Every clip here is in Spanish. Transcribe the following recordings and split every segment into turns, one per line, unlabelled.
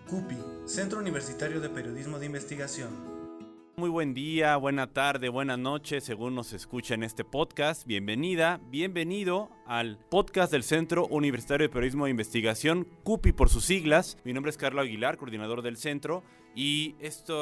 CUPI, Centro Universitario de Periodismo de Investigación.
Muy buen día, buena tarde, buena noche, según nos escucha en este podcast. Bienvenida, bienvenido al podcast del Centro Universitario de Periodismo de Investigación, CUPI por sus siglas. Mi nombre es Carlos Aguilar, coordinador del centro, y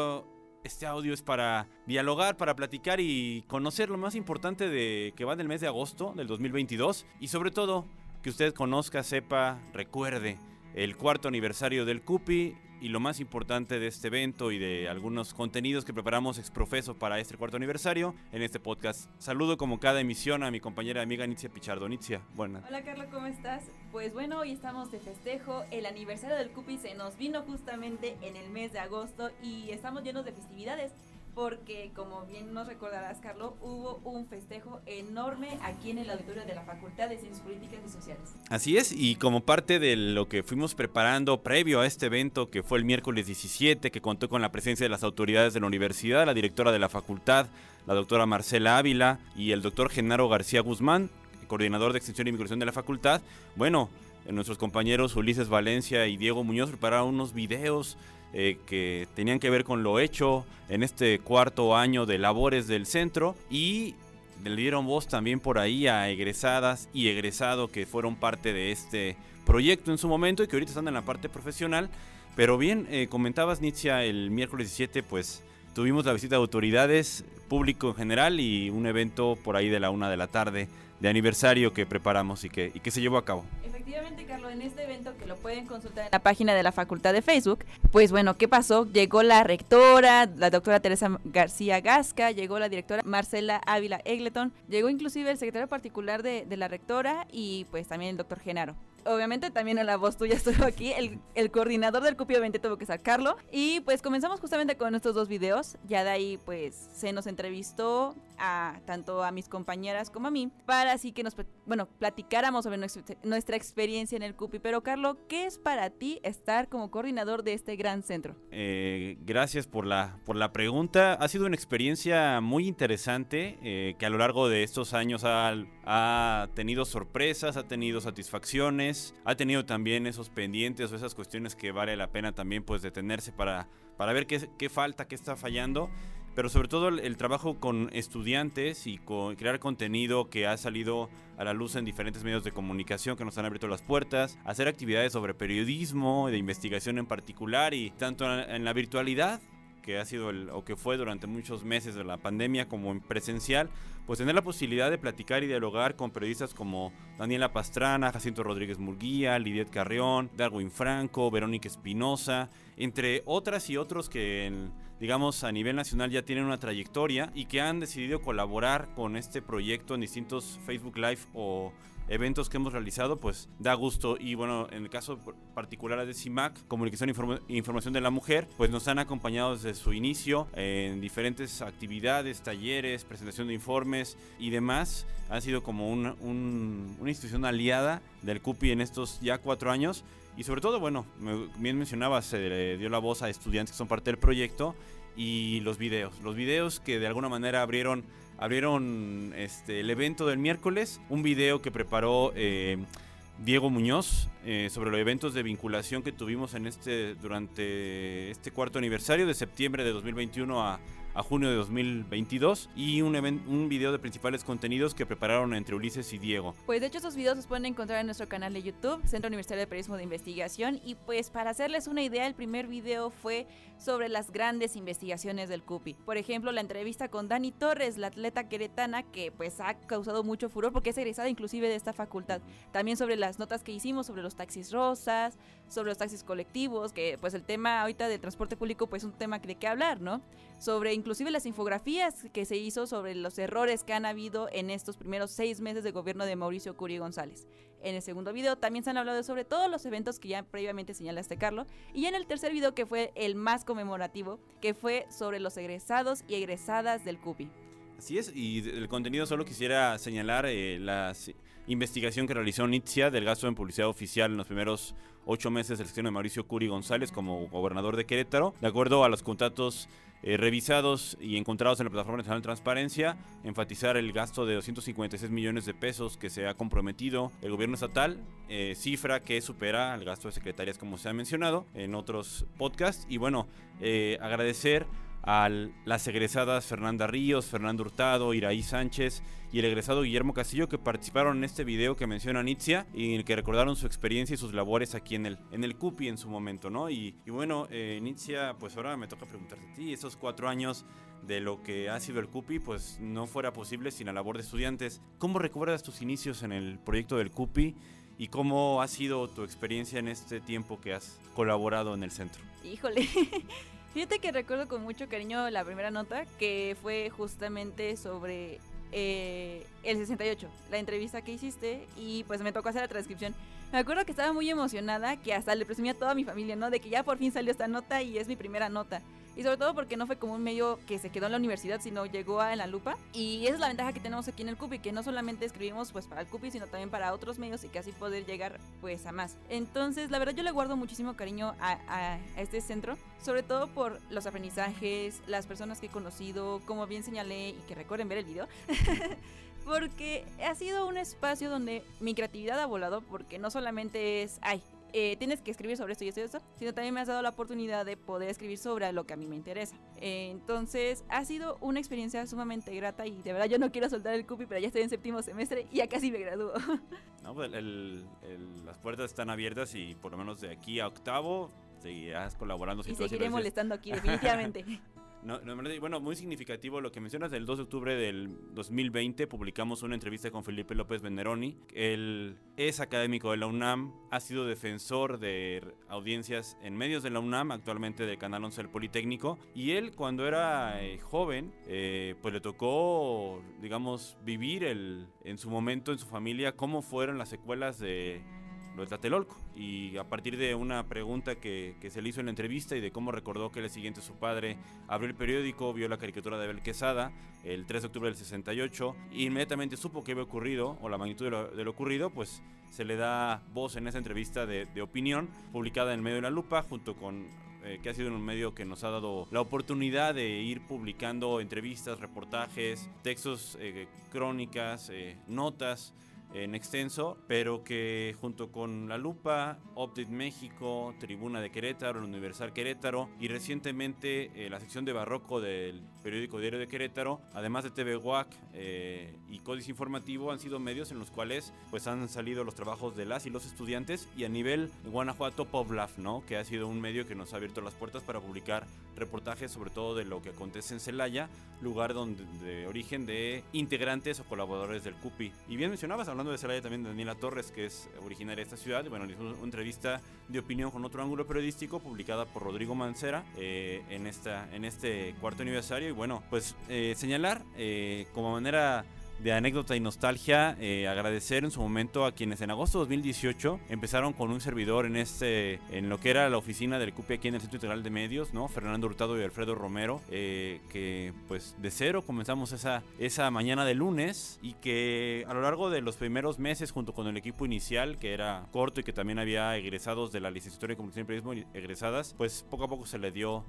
este audio es para dialogar, para platicar y conocer lo más importante que va del mes de agosto del 2022 y sobre todo que usted conozca, sepa, recuerde el cuarto aniversario del CUPI y lo más importante de este evento y de algunos contenidos que preparamos exprofeso para este cuarto aniversario en este podcast. Saludo como cada emisión a mi compañera y amiga Nitzia Pichardo. Nitzia, buenas.
Hola Carlos, ¿cómo estás? Pues bueno, hoy estamos de festejo. El aniversario del CUPI se nos vino justamente en el mes de agosto y estamos llenos de festividades. Porque, como bien nos recordarás, Carlos, hubo un festejo enorme aquí en el auditorio de la Facultad de Ciencias Políticas y Sociales.
Así es, y como parte de lo que fuimos preparando previo a este evento, que fue el miércoles 17, que contó con la presencia de las autoridades de la universidad, la directora de la facultad, la doctora Marcela Ávila y el doctor Genaro García Guzmán, coordinador de Extensión y Migración de la facultad, bueno, nuestros compañeros Ulises Valencia y Diego Muñoz prepararon unos videos que tenían que ver con lo hecho en este cuarto año de labores del centro y le dieron voz también por ahí a egresadas y egresado que fueron parte de este proyecto en su momento y que ahorita están en la parte profesional. Pero bien, comentabas, Nitzia, el miércoles 17 pues tuvimos la visita de autoridades, público en general y un evento por ahí de la 1 de la tarde de aniversario que preparamos y que se llevó a cabo.
Efectivamente, Carlos, en este evento que lo pueden consultar en la página de la Facultad de Facebook, pues bueno, ¿qué pasó? Llegó la rectora, la doctora Teresa García Gasca, llegó la directora Marcela Ávila Egleton, llegó inclusive el secretario particular de la rectora y pues también el doctor Genaro. Obviamente también en la voz tuya estuvo aquí, el coordinador del CUPI obviamente tuvo que sacarlo y pues comenzamos justamente con estos dos videos, ya de ahí pues se nos entrevistó tanto a mis compañeras como a mí para así que platicáramos sobre nuestra experiencia en el CUPI. Pero Carlos, ¿qué es para ti estar como coordinador de este gran centro?
Gracias por la pregunta. Ha sido una experiencia muy interesante que a lo largo de estos años ha tenido sorpresas, ha tenido satisfacciones, ha tenido también esos pendientes o esas cuestiones que vale la pena también pues detenerse para ver qué falta, qué está fallando. Pero sobre todo el trabajo con estudiantes y con crear contenido que ha salido a la luz en diferentes medios de comunicación que nos han abierto las puertas, hacer actividades sobre periodismo, de investigación en particular y tanto en la virtualidad, que ha sido o que fue durante muchos meses de la pandemia, como en presencial, pues tener la posibilidad de platicar y dialogar con periodistas como Daniela Pastrana, Jacinto Rodríguez Murguía, Lidiet Carrión, Darwin Franco, Verónica Espinosa, entre otras y otros que digamos a nivel nacional ya tienen una trayectoria y que han decidido colaborar con este proyecto en distintos Facebook Live o eventos que hemos realizado, pues da gusto. Y bueno, en el caso particular de CIMAC, Comunicación e Información de la Mujer, pues nos han acompañado desde su inicio en diferentes actividades, talleres, presentación de informes y demás. Ha sido como una institución aliada del CUPI en estos ya 4 años. Y sobre todo, bueno, bien mencionabas, se le dio la voz a estudiantes que son parte del proyecto y los videos que de alguna manera abrieron el evento del miércoles, un video que preparó Diego Muñoz sobre los eventos de vinculación que tuvimos durante este cuarto aniversario de septiembre de 2021 a junio de 2022 y un video de principales contenidos que prepararon entre Ulises y Diego.
Pues de hecho esos videos los pueden encontrar en nuestro canal de YouTube, Centro Universitario de Periodismo de Investigación, y pues para hacerles una idea, el primer video fue sobre las grandes investigaciones del CUPI. Por ejemplo, la entrevista con Dani Torres, la atleta queretana que pues ha causado mucho furor porque es egresada inclusive de esta facultad. También sobre las notas que hicimos sobre los taxis rosas, sobre los taxis colectivos, que pues el tema ahorita del transporte público pues es un tema de qué hablar, ¿no? Sobre inclusive las infografías que se hizo sobre los errores que han habido en estos primeros 6 meses de gobierno de Mauricio Curi González. En el segundo video también se han hablado sobre todos los eventos que ya previamente señalaste, Carlos. Y en el tercer video, que fue el más conmemorativo, que fue sobre los egresados y egresadas del CUPI.
Así es, y del contenido solo quisiera señalar investigación que realizó NITSIA del gasto en publicidad oficial en los primeros 8 meses del sexenio de Mauricio Curi González como gobernador de Querétaro. De acuerdo a los contratos revisados y encontrados en la Plataforma Nacional de Transparencia, enfatizar el gasto de 256 millones de pesos que se ha comprometido el gobierno estatal, cifra que supera el gasto de secretarias, como se ha mencionado en otros podcasts. Y bueno, agradecer a las egresadas Fernanda Ríos, Fernando Hurtado, Iraí Sánchez y el egresado Guillermo Castillo, que participaron en este video que menciona NITSIA y en el que recordaron su experiencia y sus labores aquí en el CUPI en su momento, ¿no? Y bueno, NITSIA, pues ahora me toca preguntarte a ti, esos 4 años de lo que ha sido el CUPI, pues no fuera posible sin la labor de estudiantes. ¿Cómo recuerdas tus inicios en el proyecto del CUPI y cómo ha sido tu experiencia en este tiempo que has colaborado en el centro?
Híjole, fíjate que recuerdo con mucho cariño la primera nota, que fue justamente sobre el 68, la entrevista que hiciste, y pues me tocó hacer la transcripción. Me acuerdo que estaba muy emocionada, que hasta le presumía a toda mi familia, ¿no? De que ya por fin salió esta nota y es mi primera nota. Y sobre todo porque no fue como un medio que se quedó en la universidad, sino llegó a En la Lupa. Y esa es la ventaja que tenemos aquí en el CUPI, que no solamente escribimos pues para el CUPI, sino también para otros medios y que así poder llegar pues a más. Entonces, la verdad yo le guardo muchísimo cariño a este centro, sobre todo por los aprendizajes, las personas que he conocido, como bien señalé, y que recuerden ver el video. Porque ha sido un espacio donde mi creatividad ha volado, porque no solamente es, tienes que escribir sobre esto y esto y esto, sino también me has dado la oportunidad de poder escribir sobre lo que a mí me interesa. Entonces ha sido una experiencia sumamente grata y de verdad yo no quiero soltar el CUPI, pero ya estoy en 7º semestre y ya casi me gradúo.
No, pues las puertas están abiertas y por lo menos de aquí a 8º seguirás colaborando.
Y seguiré molestando aquí, definitivamente.
No, bueno, muy significativo lo que mencionas. El 2 de octubre del 2020 publicamos una entrevista con Felipe López Veneroni. Él es académico de la UNAM, ha sido defensor de audiencias en medios de la UNAM, actualmente del Canal 11 del Politécnico. Y él, cuando era joven, pues le tocó, digamos, vivir en su momento, en su familia, cómo fueron las secuelas de lo de Tlatelolco, y a partir de una pregunta que se le hizo en la entrevista y de cómo recordó que el siguiente su padre abrió el periódico, vio la caricatura de Abel Quesada el 3 de octubre del 68 e inmediatamente supo que había ocurrido o la magnitud de lo ocurrido, pues se le da voz en esa entrevista de opinión publicada en Medio de la Lupa, junto con que ha sido un medio que nos ha dado la oportunidad de ir publicando entrevistas, reportajes, textos, crónicas, notas en extenso, pero que junto con La Lupa, Update México, Tribuna de Querétaro, El Universal Querétaro y recientemente la sección de barroco del periódico Diario de Querétaro, además de TV UAC y Códice Informativo, han sido medios en los cuales pues han salido los trabajos de las y los estudiantes, y a nivel Guanajuato PubLab, ¿no? Que ha sido un medio que nos ha abierto las puertas para publicar reportajes sobre todo de lo que acontece en Celaya, lugar de origen de integrantes o colaboradores del CUPI. Y bien mencionabas, hablando de Celaya, también de Daniela Torres, que es originaria de esta ciudad. Bueno, le hicimos una entrevista de opinión con otro ángulo periodístico publicada por Rodrigo Mancera en este 4º aniversario. Y bueno, pues señalar como manera de anécdota y nostalgia, agradecer en su momento a quienes en agosto de 2018 empezaron con un servidor en lo que era la oficina del CUPI aquí en el Centro Integral de Medios, ¿no? Fernando Hurtado y Alfredo Romero, que pues de cero comenzamos esa mañana de lunes, y que a lo largo de los primeros meses, junto con el equipo inicial, que era corto y que también había egresados de la licenciatura en Comunicación y Periodismo egresadas, pues poco a poco se le dio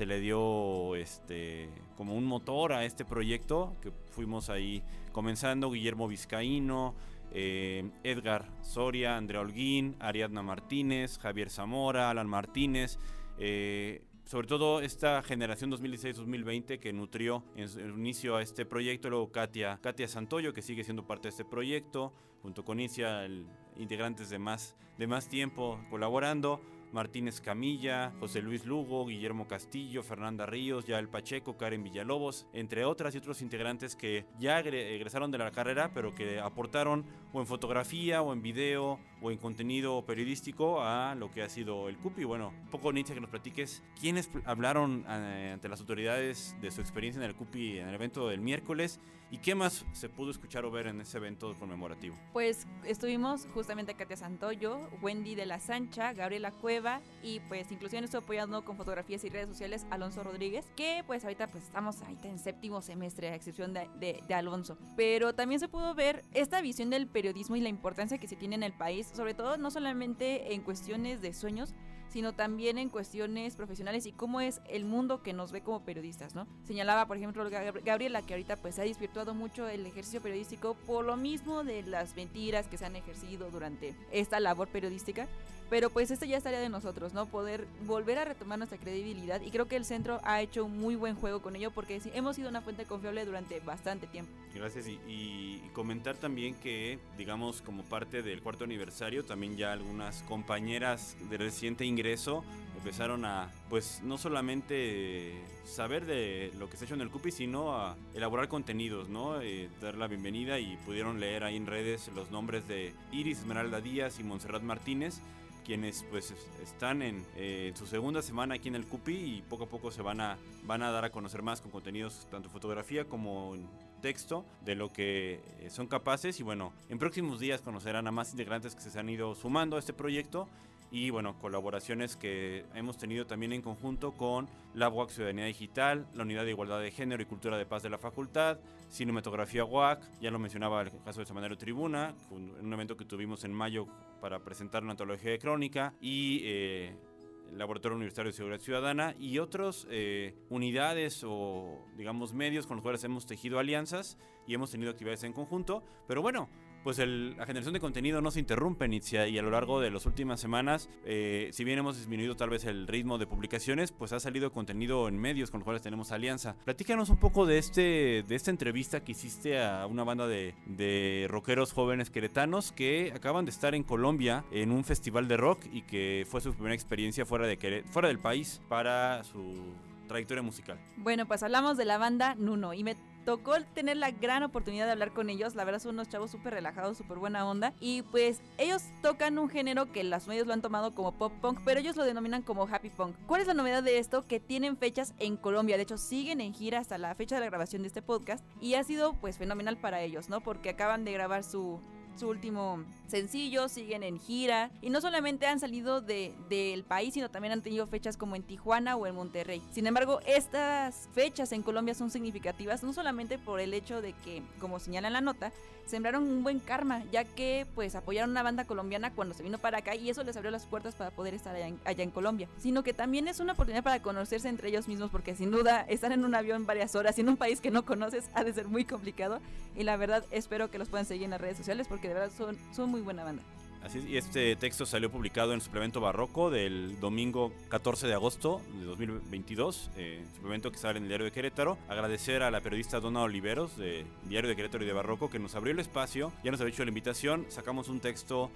como un motor a este proyecto que fuimos ahí comenzando. Guillermo Vizcaíno, Edgar Soria, Andrea Holguín, Ariadna Martínez, Javier Zamora, Alan Martínez, sobre todo esta generación 2016-2020 que nutrió en su inicio a este proyecto. Luego Katia Santoyo, que sigue siendo parte de este proyecto, junto con Isia, integrantes de más tiempo colaborando. Martínez Camilla, José Luis Lugo, Guillermo Castillo, Fernanda Ríos, Yael Pacheco, Karen Villalobos, entre otras y otros integrantes que ya egresaron de la carrera, pero que aportaron o en fotografía o en video o en contenido periodístico a lo que ha sido el CUPI. Bueno, un poco, Nitzia, que nos platiques quiénes hablaron ante las autoridades de su experiencia en el CUPI en el evento del miércoles, y qué más se pudo escuchar o ver en ese evento conmemorativo.
Pues estuvimos justamente Katia Santoyo, Wendy de la Sancha, Gabriela Cueva, Cueva, y pues inclusive estoy apoyando con fotografías y redes sociales Alonso Rodríguez, que pues ahorita pues estamos ahorita en séptimo semestre, a excepción de Alonso. Pero también se pudo ver esta visión del periodismo y la importancia que se tiene en el país, sobre todo no solamente en cuestiones de sueños, sino también en cuestiones profesionales y cómo es el mundo que nos ve como periodistas, ¿no? Señalaba, por ejemplo, Gabriela, que ahorita pues se ha desvirtuado mucho el ejercicio periodístico por lo mismo de las mentiras que se han ejercido durante esta labor periodística, pero pues esto ya estaría de nosotros, ¿no? Poder volver a retomar nuestra credibilidad, y creo que el centro ha hecho un muy buen juego con ello, porque hemos sido una fuente confiable durante bastante tiempo.
Gracias, y comentar también que, digamos, como parte del 4º aniversario, también ya algunas compañeras de reciente ingreso empezaron a, pues, no solamente saber de lo que se ha hecho en el CUPI, sino a elaborar contenidos, ¿no? Dar la bienvenida, y pudieron leer ahí en redes los nombres de Iris Esmeralda Díaz y Montserrat Martínez, quienes pues están en su segunda semana aquí en el CUPI, y poco a poco se van a dar a conocer más con contenidos tanto fotografía como en texto de lo que son capaces. Y bueno, en próximos días conocerán a más integrantes que se han ido sumando a este proyecto, y bueno, colaboraciones que hemos tenido también en conjunto con la UAC Ciudadanía Digital, la Unidad de Igualdad de Género y Cultura de Paz de la Facultad, Cinematografía UAC, ya lo mencionaba el caso del Semanario Tribuna, un evento que tuvimos en mayo para presentar una antología de crónica, y el Laboratorio Universitario de Seguridad Ciudadana, y otros unidades o, digamos, medios con los cuales hemos tejido alianzas y hemos tenido actividades en conjunto. Pero bueno, pues la generación de contenido no se interrumpe, Nitzia, y a lo largo de las últimas semanas, si bien hemos disminuido tal vez el ritmo de publicaciones, pues ha salido contenido en medios con los cuales tenemos alianza. Platícanos un poco de esta entrevista que hiciste a una banda de rockeros jóvenes queretanos que acaban de estar en Colombia en un festival de rock, y que fue su primera experiencia fuera del país para su trayectoria musical.
Bueno, pues hablamos de la banda Nuno, y me tocó tener la gran oportunidad de hablar con ellos. La verdad son unos chavos súper relajados, súper buena onda, y pues ellos tocan un género que los medios lo han tomado como pop punk, pero ellos lo denominan como happy punk. ¿Cuál es la novedad de esto? Que tienen fechas en Colombia, de hecho siguen en gira hasta la fecha de la grabación de este podcast, y ha sido pues fenomenal para ellos, ¿no? Porque acaban de grabar su último sencillo, siguen en gira, y no solamente han salido del país, sino también han tenido fechas como en Tijuana o en Monterrey. Sin embargo, estas fechas en Colombia son significativas, no solamente por el hecho de que, como señala en la nota, sembraron un buen karma, ya que pues apoyaron a una banda colombiana cuando se vino para acá, y eso les abrió las puertas para poder estar allá en Colombia, sino que también es una oportunidad para conocerse entre ellos mismos, porque sin duda estar en un avión varias horas y en un país que no conoces ha de ser muy complicado, y la verdad espero que los puedan seguir en las redes sociales, porque de verdad son muy buena banda.
Así es, y este texto salió publicado en Suplemento Barroco del domingo 14 de agosto de 2022, suplemento que sale en el Diario de Querétaro. Agradecer a la periodista Donna Oliveros de Diario de Querétaro y de Barroco, que nos abrió el espacio, ya nos había hecho la invitación. Sacamos un texto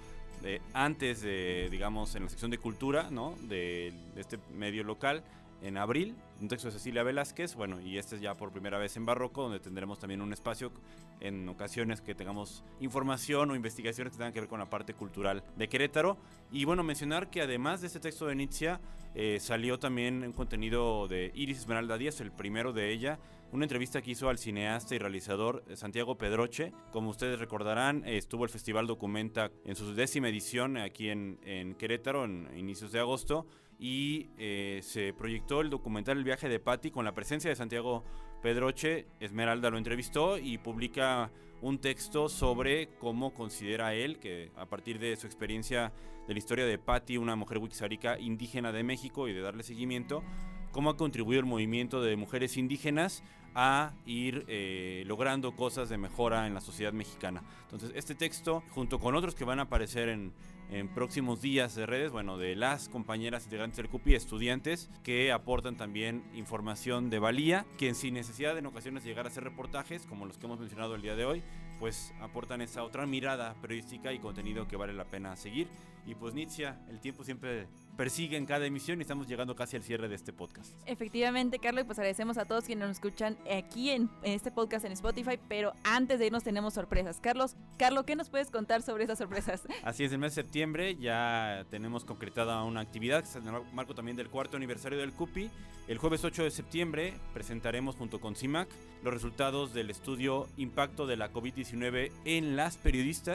antes de, digamos, en la sección de cultura, ¿no? de este medio local, en abril, un texto de Cecilia Velázquez, bueno, y este es ya por primera vez en Barroco, donde tendremos también un espacio en ocasiones que tengamos información o investigaciones que tengan que ver con la parte cultural de Querétaro. Y bueno, mencionar que además de este texto de Nitzia, salió también un contenido de Iris Esmeralda Díaz, el primero de ella, una entrevista que hizo al cineasta y realizador Santiago Pedroche. Como ustedes recordarán, estuvo el Festival Documenta en su 10ª edición aquí en Querétaro, en inicios de agosto, y se proyectó el documental El viaje de Patty con la presencia de Santiago Pedroche. Esmeralda lo entrevistó y publica un texto sobre cómo considera él que, a partir de su experiencia de la historia de Patty, una mujer wixárika indígena de México, y de darle seguimiento, cómo ha contribuido el movimiento de mujeres indígenas a ir logrando cosas de mejora en la sociedad mexicana. Entonces, este texto, junto con otros que van a aparecer en próximos días de redes, bueno, de las compañeras integrantes del CUPI, estudiantes, que aportan también información de valía, que sin necesidad de en ocasiones llegar a hacer reportajes, como los que hemos mencionado el día de hoy, pues aportan esa otra mirada periodística y contenido que vale la pena seguir. Y pues Nitzia, el tiempo siempre persigue en cada emisión, y estamos llegando casi al cierre de este podcast.
Efectivamente, Carlos, y pues agradecemos a todos quienes nos escuchan aquí en este podcast en Spotify, pero antes de irnos tenemos sorpresas. Carlos, ¿qué nos puedes contar sobre esas sorpresas?
Así es, el mes de septiembre ya tenemos concretada una actividad que es en el marco también del 4º aniversario del CUPI. El jueves 8 de septiembre presentaremos junto con CIMAC los resultados del estudio Impacto de la COVID-19 en las periodistas,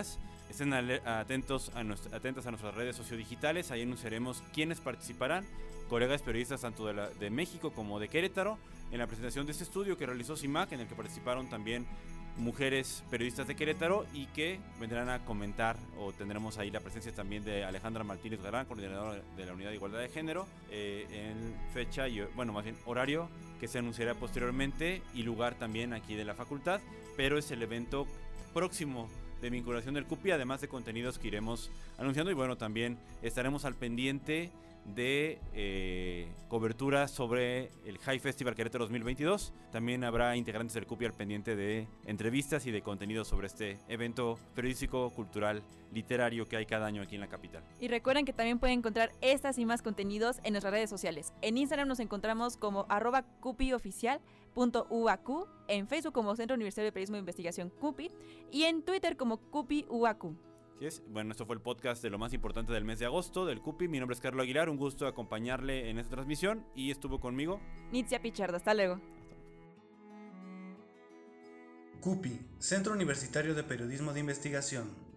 Estén atentos atentas a nuestras redes sociodigitales. Ahí anunciaremos quiénes participarán, colegas periodistas tanto de México como de Querétaro, en la presentación de este estudio que realizó CIMAC, en el que participaron también mujeres periodistas de Querétaro y que vendrán a comentar, o tendremos ahí la presencia también de Alejandra Martínez Galán, coordinadora de la Unidad de Igualdad de Género, en fecha y, bueno, más bien horario que se anunciará posteriormente, y lugar también aquí de la facultad, pero es el evento próximo de vinculación del CUPI, además de contenidos que iremos anunciando, y bueno, también estaremos al pendiente de cobertura sobre el High Festival Querétaro 2022. También habrá integrantes del CUPI al pendiente de entrevistas y de contenidos sobre este evento periodístico, cultural, literario que hay cada año aquí en la capital.
Y recuerden que también pueden encontrar estas y más contenidos en nuestras redes sociales. En Instagram nos encontramos como @cupioficial.uac, en Facebook como Centro Universitario de Periodismo de Investigación CUPI y en Twitter como CUPI-UAC.
Así es. Bueno, esto fue el podcast de lo más importante del mes de agosto del CUPI. Mi nombre es Carlos Aguilar, un gusto acompañarle en esta transmisión, y estuvo conmigo
Nitzia Pichardo. Hasta luego.
CUPI, Centro Universitario de Periodismo de Investigación.